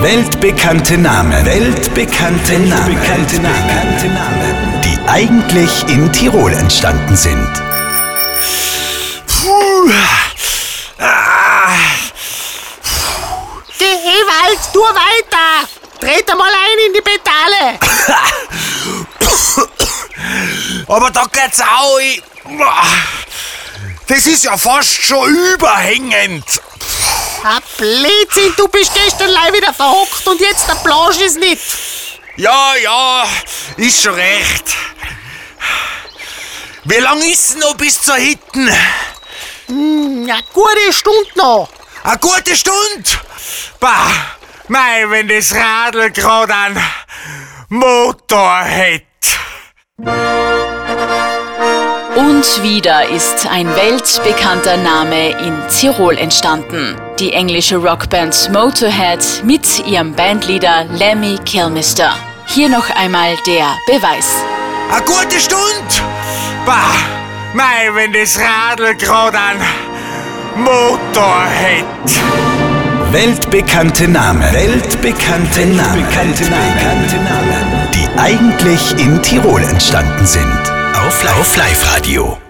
Weltbekannte Namen. Weltbekannte Namen. Die eigentlich in Tirol entstanden sind. Geh, Ewald, tu weiter! Tret einmal ein in die Pedale! Aber da geht's auch. Das ist ja fast schon überhängend. Ah, Blödsinn, du bist gestern wieder verhockt und jetzt der Plansch ist nicht. Ja, ist schon recht. Wie lang ist noch bis zur Hitten? Eine gute Stunde noch. Eine gute Stunde? Bah, mei, wenn das Radl grad einen Motor hätt. Und wieder ist ein weltbekannter Name in Tirol entstanden. Die englische Rockband Motorhead mit ihrem Bandleader Lemmy Kilmister. Hier noch einmal der Beweis. Eine gute Stunde? Bah, mei, wenn das Radl grad einen Motor hätt. Weltbekannte Namen. Die eigentlich in Tirol entstanden sind. Auf Live-Radio.